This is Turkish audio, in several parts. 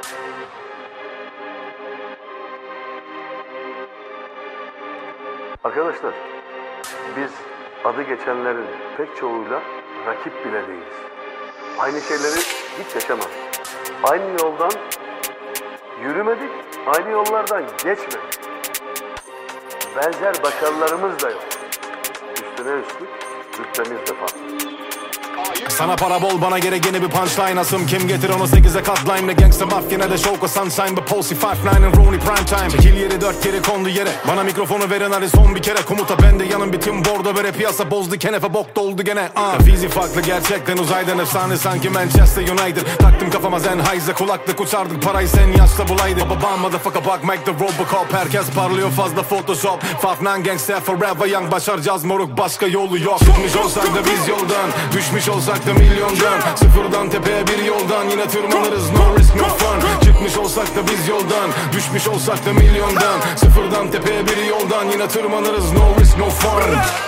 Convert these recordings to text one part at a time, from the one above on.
Arkadaşlar, biz adı geçenlerin pek çoğuyla rakip bile değiliz. Aynı şeyleri hiç yaşamadık. Aynı yoldan yürümedik, aynı yollardan geçmedik. Benzer başarılarımız da yok. Üstüne üstlük rütbemiz de farklı. Sana para bol, bana gerek yeni bir punchline. Asım kim getir onu 8'e katlayayım. Ne gangsta mafyana de şovka sunshine. Bu Posey 5-9'ın Rooney prime time. Kill yeri 4 kere kondu yere. Bana mikrofonu verin hadi son bir kere. Komuta bende, yanım bir tim bordo bere. Piyasa bozdu kenefe, bok doldu gene. Fizi farklı gerçekten, uzaydan efsane sanki Manchester United. Taktım kafama Sennheiser, kulaklık uçardık parayı sen yaşta bulaydın. Baba motherfucker bak Mike the Robocop. Herkes parlıyor fazla Photoshop. 5-9 gangsta forever young. Başaracağız moruk, başka yolu yok. Çıkmış olsak da biz yoldan, düşmüş olsak da milyondan. Sıfırdan tepeye bir yoldan, yine tırmanırız no risk no fun. Çıkmış olsak da biz yoldan, düşmüş olsak da milyondan. Sıfırdan tepeye bir yoldan, yine tırmanırız no risk no fun.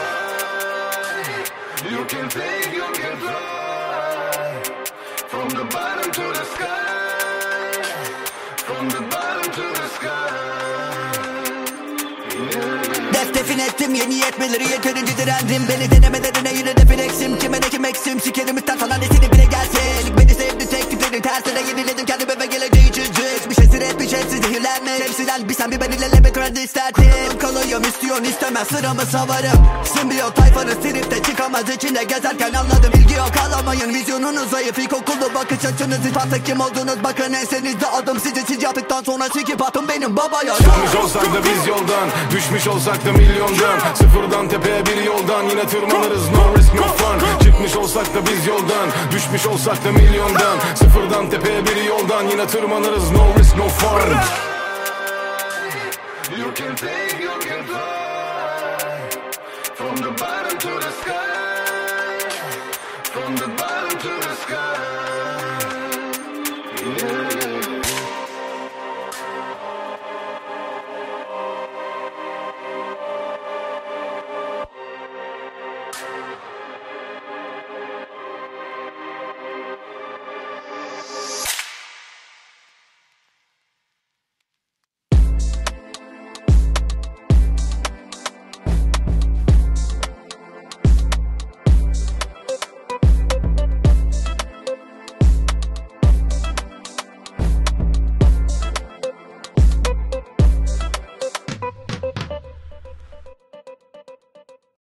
You can take, you can fly from the bottom to the sky, from the bottom to the sky. Defin ettim yeni yetmeleri, yeterince direndim. Beni denemelerine yine de flexim. Kime ne kim eksim, sikerim ister sana nesini bile gelsin. Beni sevdi tekliflerin tersine yeniledim kendime ve geleceği çizeceğiz. Bir şeysi rap bir şeysi zehirlenme. Hepsinden bir sen bir ben ilerleme kredi isterdim. Kalayım istiyorsun istemez sıramı savarım. Simbiyot tayfanı siripte çıkamaz içinde gezerken anladım. İlgi yok alamayın, vizyonunuz zayıf. İlkokulu bakış açınız ispatla kim oldunuz. Bakın ensenizde adım sizi siz yaptıktan sonra sikip atın benim babaya. Çıkmış olsak da biz yoldan, düşmüş olsak da milyondan. Sıfırdan tepeye bir yoldan, yine tırmanırız no risk no fun. Çıkmış olsak da biz yoldan, düşmüş olsak da milyondan. Sıfırdan tepeye bir yoldan, yine tırmanırız no risk no fun. You can take, you can fly from the bottom to the sky, from the bottom to the sky.